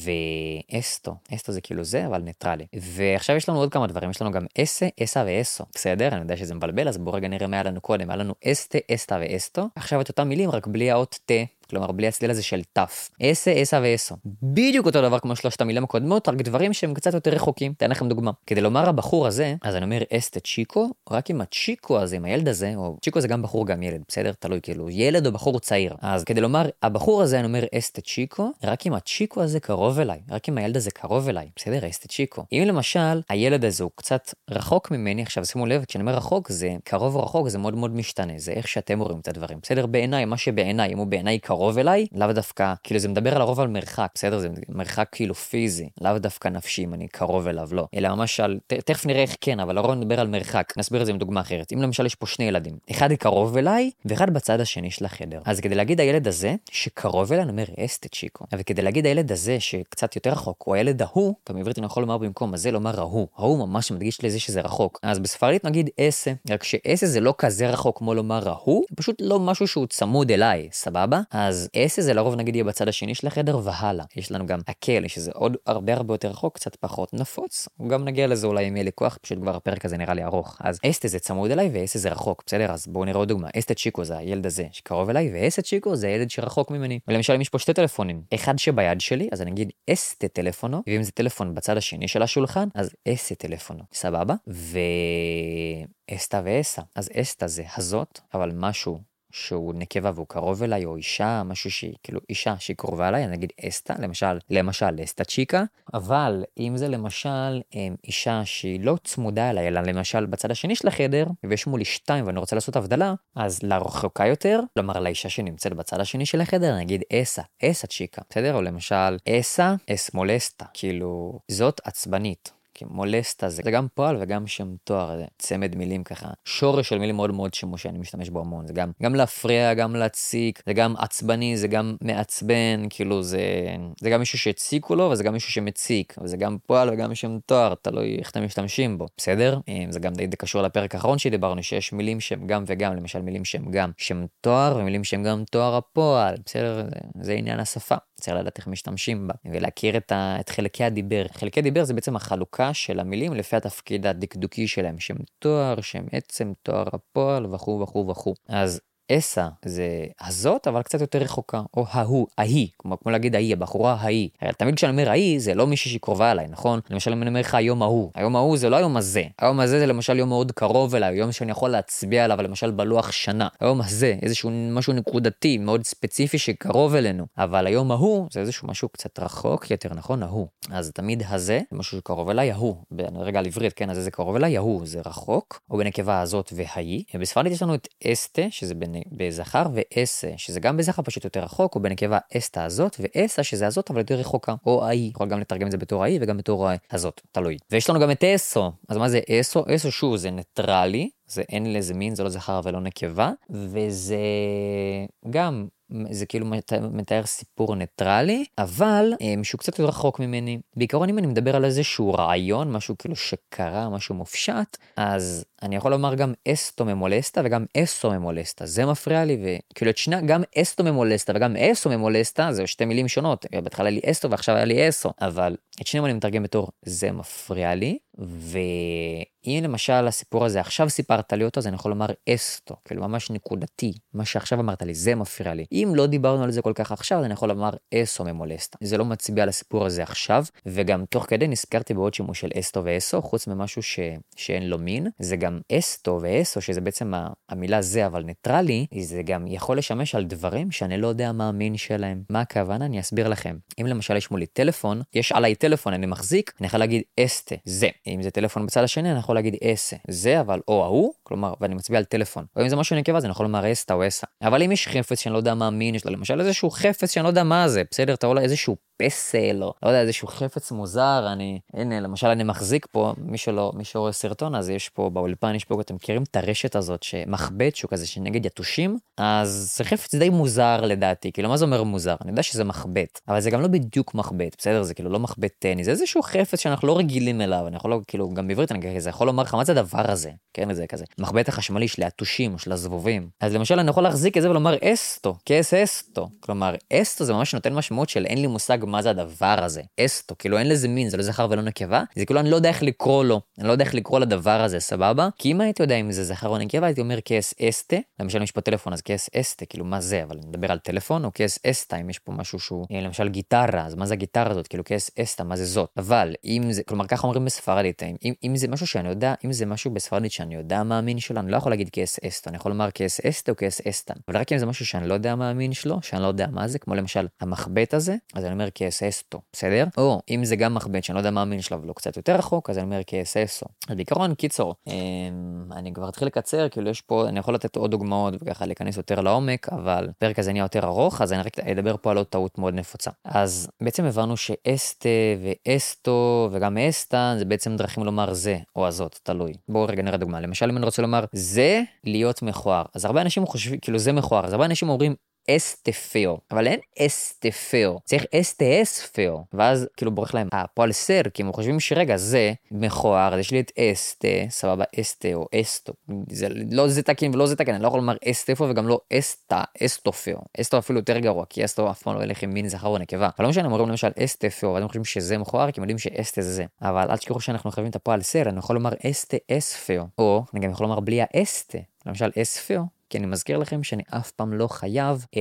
S1: ואסטו, אסטו זה כאילו זה, אבל ניטרלי. ועכשיו יש לנו עוד כמה דברים, יש לנו גם אסה, אסה ואסו. בסדר, אני יודע שזה מבלבל, אז בואו רגע נראה מה היה לנו קודם. היה לנו אסטה, אסטה ואסטו. עכשיו את אותם מילים, רק בלי האות ת. כלומר, בלי הצליל הזה של תף. אסה, אסה ואסו. בדיוק אותו דבר כמו שלושת המילים הקודמות, רק דברים שהם קצת יותר רחוקים. תן לכם דוגמה. כדי לומר הבחור הזה, אז אני אומר אסטה צ'יקו, רק עם הצ'יקו הזה, עם הילד הזה, או צ'יקו זה גם בחור גם ילד, בסדר? תלוי, כאילו, ילד או בחור צעיר. אז כדי לומר, הבחור הזה אני אומר אסטה צ'יקו, רק עם הצ'יקו הזה קרוב אליי, רק עם הילד הזה קרוב אליי, בסדר? אסטה צ'יקו. אם למשל, הילד הזה הוא קצת רחוק ממני, עכשיו שימו לב, כשאני אומר רחוק, זה קרוב או רחוק, זה מאוד מאוד משתנה, זה איך שאתם רואים את הדברים. בסדר? בעיניי, מה שבעיניי, אם הוא בעיניי קרוב אליי, לאו דווקא, כאילו זה מדבר על הרוב על מרחק, בסדר? זה מרחק כאילו פיזי, לאו דווקא נפשי, אם אני קרוב אליו, לא. אלא ממש על, ת, תכף נראה איך כן, אבל הרוב מדבר על מרחק. נסביר את זה עם דוגמה אחרת. אם למשל יש פה שני ילדים, אחד קרוב אליי, ואחד בצד השני של החדר. אז כדי להגיד הילד הזה, שקרוב אליי, אני אומר אסטה צ'יקו. וכדי להגיד הילד הזה, שקצת יותר רחוק, או הילד ההוא, בעברית אני יכול לומר במקום הזה, לומר ההוא. ההוא ממש מדגיש לזה שזה רחוק. אז בספרדית נגיד אסה, רק שאסה זה לא כזה רחוק כמו לומר ההוא, פשוט לא משהו שהוא צמוד אליי, סבבה? אז אסה זה לרוב נגיד יהיה בצד השני של החדר והלאה. יש לנו גם הקל, שזה עוד הרבה הרבה יותר רחוק, קצת פחות נפוץ. גם נגיע לזה אולי אם יהיה לי כוח, פשוט כבר הפרק הזה נראה לי ארוך. אז אסטה זה צמוד אליי ואסטה זה רחוק, בסדר? אז בואו נראה עוד דוגמה. אסטה צ'יקו זה הילד הזה שקרוב אליי, ואסטה צ'יקו זה הילד שרחוק ממני. ולמשל אם יש פה שתי טלפונים, אחד שביד שלי, אז אני אגיד אסטה טלפונו, ואם זה טלפון בצד השני של השולחן, אז אסטה טלפונו. סבבה? ו... אסטה ואסה. אז אסטה זה הזאת, אבל משהו שהוא נקבה והוא קרוב אליי, או אישה, משהו שהיא, כאילו אישה שהיא קרובה אליי, אני אגיד אסתה, למשל, למשל, אסתה צ'יקה, אבל אם זה למשל אישה שהיא לא צמודה אליי, אלא למשל בצד השני של החדר, ויש מולי שתיים ואני רוצה לעשות הבדלה, אז לרחוקה יותר, כלומר לאישה שנמצאת בצד השני של החדר, אני אגיד אסה, אסה צ'יקה, בסדר? או למשל, אסה, אס מולסטה, כאילו, זאת עצבנית. כי מולסטה זה גם פועל וגם שם תואר, זה צמד מילים ככה, שורש של מילים מאוד מאוד שימוש שאני משתמש בו המון, זה גם, גם להפריע, גם להציק, זה גם עצבני, זה גם מעצבן, כאילו זה, זה גם מישהו שהציקו לו, וזה גם מישהו שמציק, וזה גם פועל וגם שם תואר, תלוי איך אתם משתמשים בו, בסדר? זה גם די קשור לפרק האחרון שדיברנו, שיש מילים שהם גם וגם, למשל מילים שהם גם שם תואר, ומילים שהם גם תואר הפועל, בסדר? זה, זה עניין השפה. צריך לדעת איך משתמשים בה, ולהכיר את, ה, את חלקי הדיבר. חלקי דיבר זה בעצם החלוקה של המילים לפי התפקיד הדקדוקי שלהם, שם תואר, שם עצם, תואר הפועל, וכו' וכו' וכו'. אז אסה זה הזאת, אבל קצת יותר רחוקה, או ההוא, ההיא, כמו, כמו להגיד ההיא, הבחורה ההיא. תמיד כשאני אומר ההיא, זה לא מישהי שקרובה אליי, נכון? למשל, אני אומר לך היום ההוא. היום ההוא זה לא היום הזה. היום הזה זה למשל יום מאוד קרוב אליי, יום שאני יכול להצביע עליו, למשל בלוח שנה. היום הזה, איזשהו משהו נקודתי, מאוד ספציפי שקרוב אלינו. אבל היום ההוא, זה איזשהו משהו קצת רחוק יותר, נכון? ההוא. אז תמיד הזה, זה משהו שקרוב אליי, ההוא. רגע על עברית, כן, הזה זה קרוב אליי, ההוא זה רחוק, או בנקבה הזאת וההיא. בספרדית יש לנו את אסתה, שזה בזכר, ואסה, שזה גם בזכר פשוט יותר רחוק, או בנקבה אסתה הזאת, ואסה, שזה הזאת, אבל יותר רחוקה, או ההיא. יכול גם לתרגם את זה בתור ההיא, וגם בתור הזאת, תלוי. ויש לנו גם את אסו. אז מה זה אסו? אסו שוב, זה ניטרלי, זה אין לזה מין, זה לא זכר ולא נקבה, וזה גם, זה כאילו מתאר סיפור ניטרלי, אבל שהוא קצת יותר רחוק ממני. בעיקרון אם אני מדבר על איזשהו רעיון, משהו כאילו שקרה, משהו מופשט, אז אני יכול לומר גם אסטו ממולסטה וגם אסו ממולסטה. זה מפריע לי, וכאילו את שני, גם אסטו ממולסטה וגם אסו ממולסטה, זה שתי מילים שונות. בהתחלה לי אסטו ועכשיו היה לי אסו, אבל את שניהם אני מתרגם בתור זה מפריע לי, ואם למשל הסיפור הזה עכשיו סיפרת לי אותו, אז אני יכול לומר אסטו, כאילו ממש נקודתי, מה שעכשיו אמרת לי, זה מפריע לי. אם לא דיברנו על זה כל כך עכשיו, אז אני יכול לומר אסו ממולסטה. זה לא מצביע על הסיפור הזה עכשיו, וגם תוך כדי נזכרתי בעוד שימוש של אסטו ואסו, חוץ ממשהו ש... שאין לו מין, זה גם אסטו ואסו, שזה בעצם המילה זה, אבל ניטרלי, זה גם יכול לשמש על דברים שאני לא יודע מה המין שלהם. מה הכוונה? אני אסביר לכם. אם למשל יש מולי טלפון, יש עליי טלפון, אני מחזיק, אני יכול להגיד אסטה, זה. אם זה טלפון בצד השני, אני יכול להגיד אסה, זה, אבל או ההוא, כלומר, ואני מצביע על טלפון. או אם זה משהו נקבה, אז אני יכול לומר אסטה או אסה. אבל אם יש חפץ שאני לא יודע מה המין יש לו, למשל איזשהו חפץ שאני לא יודע מה זה, בסדר, אתה רואה איזשהו פסל, או לא יודע, איזשהו חפץ מוזר, אני, הנה, למשל אני מחזיק פה, מי שלא, מי שרואה סרטון, אז יש פה באולפן, יש פה, אתם מכירים את הרשת הזאת, שמחבט, שהוא כזה שנגד יתושים, אז זה חפץ די מוזר לדעתי, כאילו מה זה אומר מוזר? אני יודע שזה מחבט, אבל זה גם לא בדיוק מחבט, בסדר, זה כאילו לא מחבט טניס, זה איזשהו חפץ שאנחנו לא רגילים אליו, אני יכול, כאילו, גם בעברית אני כזה, יכול לומר לך, מה זה הדבר הזה? כן, זה כזה, מחבט החשמלי של היתושים, של הזבובים. אז למשל, אני יכול להחזיק את זה ולומר אסטו, כס אסטו. כלומר, אסטו זה ממש נותן משמעות של אין לי מושג מה זה הדבר הזה. אסטו, כאילו אין לזה מין, זה לא זכר ולא נקבה. זה כאילו אני לא יודע איך לקרוא לו, אני לא יודע איך לקרוא לדבר הזה, סבבה? כי אם הייתי יודע אם זה זכר או נקבה, הייתי אומר כס אסטה. למשל, יש פה טלפון, אז כס אסטה, כאילו מה זה? אבל אני מדבר על טלפון או כס אסטה, אם יש פה משהו שהוא, למשל גיטרה, אז מה זה הגיטרה הזאת? כאילו כס אסטה, מה זה זאת? אבל אם זה, כלומר, ככה אומרים בספרדית, אם, אם זה משהו שאני יודע, אם זה משהו בספרדית שאני יודע מה המין שלו, אני לא יכול להגיד כס אסטה, אני יכול לומר כס אסטה או כס אסטן. אבל רק אם זה משהו שאני לא יודע מה המין שלו, שאני לא יודע מה זה, כמו למשל המחבט הזה, אז אני אומר כס אסטו, בסדר? או אם זה גם מחבט שאני לא יודע מה המין שלו, ולא קצת יותר רחוק, אז אני אומר כס אסו. אז בעיקרון, קיצור, אני כבר אתחיל לקצר, כאילו יש פה, אני יכול לתת עוד דוגמאות וככה להיכנס יותר לעומק, אבל פרק הזה נהיה יותר ארוך, אז אני רק אדבר פה על עוד טעות מאוד נפוצה. אז בעצם הבנו שאסטה ואסטו וגם אסטן זה בעצם דרכים לומר זה או הזאת, תלוי. בואו רגע נראה דוגמה. למשל, אם אני רוצה לומר זה להיות מכוער. אז הרבה אנשים חושבים, כאילו זה מכוער. אז הרבה אנשים אומרים אסטה פיו, אבל אין אסטה פיו, צריך אסטה אס פיו, ואז כאילו בורח להם הפועל סר, כי הם חושבים שרגע זה מכוער, אז יש לי את אסטה, סבבה, אסטה או אסטו, זה לא זה תקין ולא זה תקין, אני לא יכול לומר אסטה פיו וגם לא אסטה, אסטו פיו, אסטו אפילו יותר גרוע, כי אסטו אף פעם לא ילך עם מין זכר או נקבה, אבל לא משנה, אומרים למשל אסטה פיו, ואז הם חושבים שזה מכוער, כי הם יודעים שאסטה זה זה, אבל אל תשכחו שאנחנו חייבים את הפועל סר, אני יכול לומר אסטה אס פיו, או אני גם יכול לומר בלי האסטה, למשל אס פיו, כי אני מזכיר לכם שאני אף פעם לא חייב את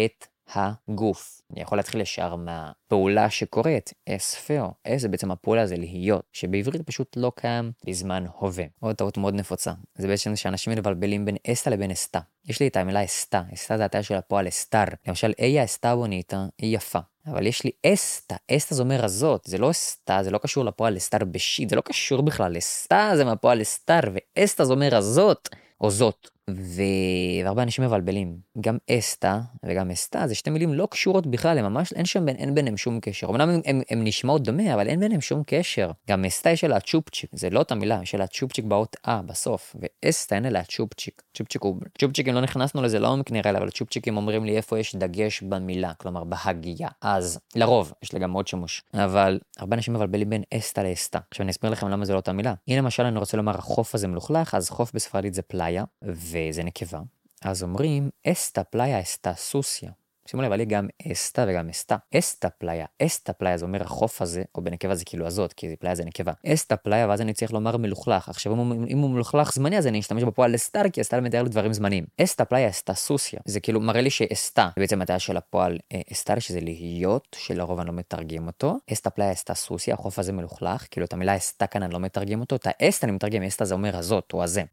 S1: הגוף. אני יכול להתחיל ישר מהפעולה שקורית, אספר. אס זה בעצם הפעולה זה להיות, שבעברית פשוט לא קיים בזמן הווה. עוד טעות מאוד נפוצה. זה בעצם שאנשים מבלבלים בין אסתה לבין אסתה. יש לי את המילה אסתה. אסתה זה התאי של הפועל אסתר. למשל, איה אסתה בוניטה, היא יפה. אבל יש לי אסתה. אסתה זה אומר הזאת. זה לא אסתה, זה לא קשור לפועל אסתר בשיט. זה לא קשור בכלל. אסתה זה מהפועל אסתר, ואסתה זה אומר הזאת, או זאת. ו... והרבה אנשים מבלבלים. גם אסתה וגם אסתה זה שתי מילים לא קשורות בכלל, הם ממש אין שם, אין ביניהם שום קשר. אמנם הם, הם, הם נשמעות דומה, אבל אין ביניהם שום קשר. גם אסתה יש לה צ'ופצ'יק, זה לא אותה מילה, יש לה צ'ופצ'יק באות אה בסוף, ואסתה אין לה צ'ופצ'יק. צ'ופצ'יק הוא, צ'ופצ'יק אם לא נכנסנו לזה לא נראה לה, אבל צ'ופצ'יקים אומרים לי איפה יש דגש במילה, כלומר בהגייה. אז לרוב, יש לה גם עוד שימוש. אבל הרבה אנשים מבלבלים בין אסתה לאסתה. עכשיו אני אסביר לכם למה זה לא אותה מילה. הנה למשל אני רוצה לומר החוף הזה מלוכלך, אז חוף בספרדית זה פלאיה, וזה נקבה. אז אומרים, אסתה פלאיה, אסתה סוסיה. שימו לב, עלי גם אסתה וגם אסתה. אסתה פלאיה, אסתה פלאיה, זה אומר החוף הזה, או בנקבה זה כאילו הזאת, כי פלאיה זה נקבה. אסתה פלאיה, ואז אני צריך לומר מלוכלך. עכשיו, אם הוא, אם הוא מלוכלך זמני, אז אני אשתמש בפועל אסתר, כי אסתה מתאר לדברים זמניים. אסתה פלאיה, אסתה סוסיה. זה כאילו מראה לי שאסתה, זה בעצם התאיה של הפועל אסתר, שזה להיות, שלרוב אני לא מתרגם אותו. אסתה פלאיה, אסתה סוסיה, החוף הזה מלוכלך, כאילו את המילה אסתה כאן אני לא מתרגם אותו. את האסתה אני מתרגם, אסתה זה אומר הזאת, או הזה.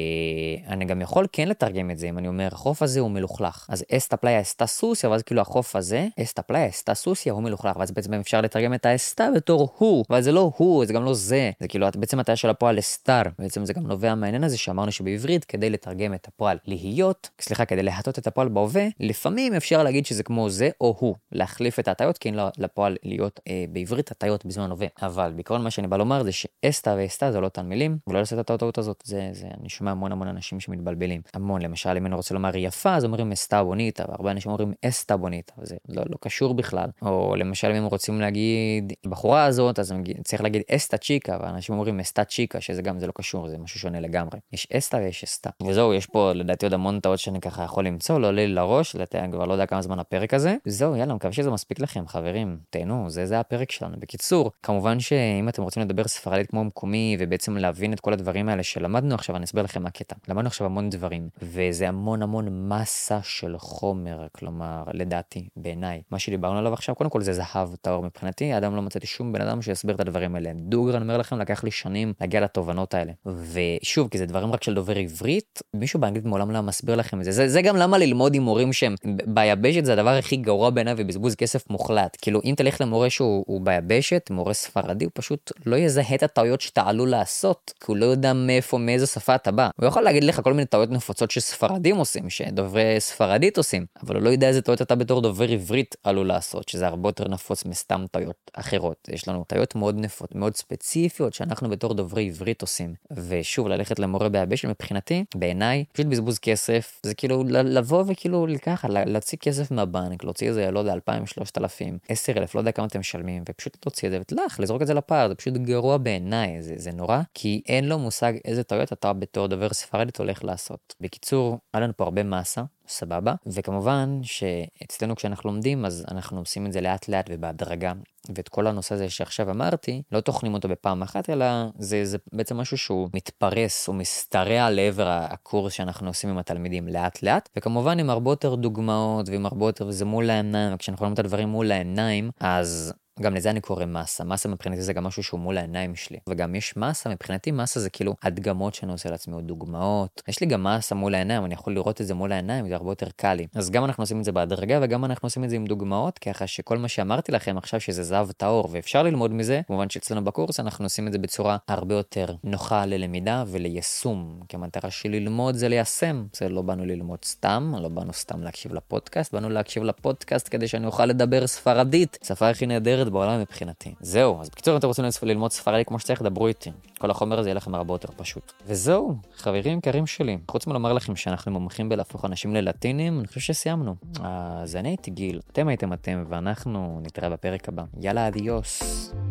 S1: ואני גם יכול כן לתרגם את זה, אם אני אומר, החוף הזה הוא מלוכלך. אז אסתה פלאיה, אסתה סוסיה, ואז כאילו החוף הזה, אסתה פלאיה, אסתה סוסיה, הוא מלוכלך, ואז בעצם אפשר לתרגם את האסתה בתור הוא, אבל זה לא הוא, זה גם לא זה, זה כאילו בעצם התאיה של הפועל אסתר, בעצם זה גם נובע מהעניין הזה שאמרנו שבעברית, כדי לתרגם את הפועל להיות, סליחה, כדי להטות את הפועל בהווה, לפעמים אפשר להגיד שזה כמו זה או הוא, להחליף את ההטיות, כי אין לפועל להיות אה, בעברית הטיות בזמן הווה, אבל בעיקרון מה שאני בא לומר זה שאסתה ואסתה זה לא אותן מילים, ולא לעשות את הטעות הזאת, זה, זה, אני שומע המון המון אנשים שמתבלבלים, המון, למשל, אם אני רוצה לומר יפה, אז אומרים אסתה בוניטה, והרבה אנשים אומרים אסתה בוניטה, וזה לא, לא קשור בכלל. או למשל, אם רוצים להגיד בחורה הזאת, אז צריך להגיד אסתה צ'יקה, ואנשים אומרים אסתה צ'יקה, שזה גם, זה לא קשור, זה משהו שונה לגמרי. יש אסתה ויש אסתה. וזהו, יש פה לדעתי עוד המון טעות שאני ככה יכול למצוא, לא עולה לי לראש, לדעתי אני כבר לא יודע כמה זמן הפרק הזה. זהו, יאללה, מקווה שזה מספיק לכם, חברים. תהנו, זה, זה הפרק שלנו. בקיצור, כמובן שאם אתם רוצים לדבר ספרדית כמו מקומי, ובעצם להבין את כל הדברים האלה שלמדנו עכשיו, אני אסביר לכם מה הקטע. למדנו עכשיו המון דברים, וזה המון המון מסה של חומר, כלומר, לדעתי, בעיניי. מה שדיברנו עליו עכשיו, קודם כל זה זהב טהור מבחינתי, האדם לא מצאתי שום בן אדם שיסביר את הדברים האלה. דוגר, אני אומר לכם, לקח לי שנים להגיע לתובנות האלה. ושוב, כי זה דברים רק של דובר עברית, מישהו באנגלית מעולם לא מסביר לכם את זה. זה, זה גם למה ללמוד עם מורים שהם ביבשת, זה הדבר הכי גרוע בעיניי ובזבוז כסף מוחלט. כאילו, אם תלך למורה שהוא ביבשת, מורה ספרדי, הוא פשוט לא יזהה את הטעויות שאתה עלול לעשות, כי הוא לא יודע מאיפה, מאיזו שפה אתה בא. הוא יכול להגיד לך כל מיני טעויות נפוצות שספרדים עושים, שדוברי ספרדית עושים, אבל הוא לא יודע איזה טעויות אתה בתור דובר עברית עלול לעשות, שזה הרבה יותר נפוץ מסתם טעויות אחרות. יש לנו טעויות מאוד נפות, מאוד ספציפיות, שאנחנו בתור דוברי עברית עושים. ושוב, ללכת למורה ביבשת מבחינתי, בעיניי, פשוט בזבוז כסף, זה כאילו לבוא וכאילו ככה, להוציא כסף מהבנק, להוציא איזה, לא יודע, אלפיים, שלושת אלפים, עשר אלף, לא יודע כמה אתם משלמים, ופשוט להוציא את זה, ותלך, לזרוק את זה לפער, זה פשוט גרוע בעיניי, זה, זה נורא, כי אין לו מושג איזה טעויות אתה בתור דובר ספרדית הולך לעשות. בקיצור, היה לנו פה הרבה מסה, סבבה, וכמובן שאצלנו כשאנחנו לומדים, אז אנחנו עושים את זה לאט לאט ובהדרגה, ואת כל הנושא הזה שעכשיו אמרתי, לא תוכנים אותו בפעם אחת, אלא זה, זה בעצם משהו שהוא מתפרס או מסתרע לעבר הקורס שאנחנו עושים עם התלמידים לאט לאט, וכמובן עם הרבה יותר דוגמאות ועם הרבה יותר, וזה מול העיניים, וכשאנחנו רואים את הדברים מול העיניים, אז גם לזה אני קורא מסה. מסה מבחינתי זה גם משהו שהוא מול העיניים שלי. וגם יש מסה, מבחינתי מסה זה כאילו הדגמות שאני עושה לעצמי, או דוגמאות. יש לי גם מסה מול העיניים, אני יכול לראות את זה מול העיניים, זה הרבה יותר קל לי. אז גם אנחנו עושים את זה בהדרגה, וגם אנחנו עושים את זה עם דוגמאות, ככה שכל מה שאמרתי לכם עכשיו שזה זהב טהור, ואפשר ללמוד מזה, כמובן שאצלנו בקורס אנחנו עושים את זה בצורה הרבה יותר נוחה ללמידה וליישום. כי המטרה שלי ללמוד זה ליישם. זה לא באנו ללמוד סתם, לא באנו סתם להקשיב לפודקאסט, באנו להקשיב לפודקאסט כדי שאני אוכל לדבר ספרדית. שפה הכי נהדרת בעולם מבחינתי. זהו, אז בקיצור, אם אתם רוצים ללמוד ספרדית כמו שצריך, דברו איתי. כל החומר הזה יהיה לכם הרבה יותר פשוט. וזהו, חברים יקרים שלי. חוץ מלומר לכם שאנחנו מומחים בלהפוך אנשים ללטינים, אני חושב שסיימנו. אז אני הייתי גיל, אתם הייתם אתם, ואנחנו נתראה בפרק הבא. יאללה, אדיוס.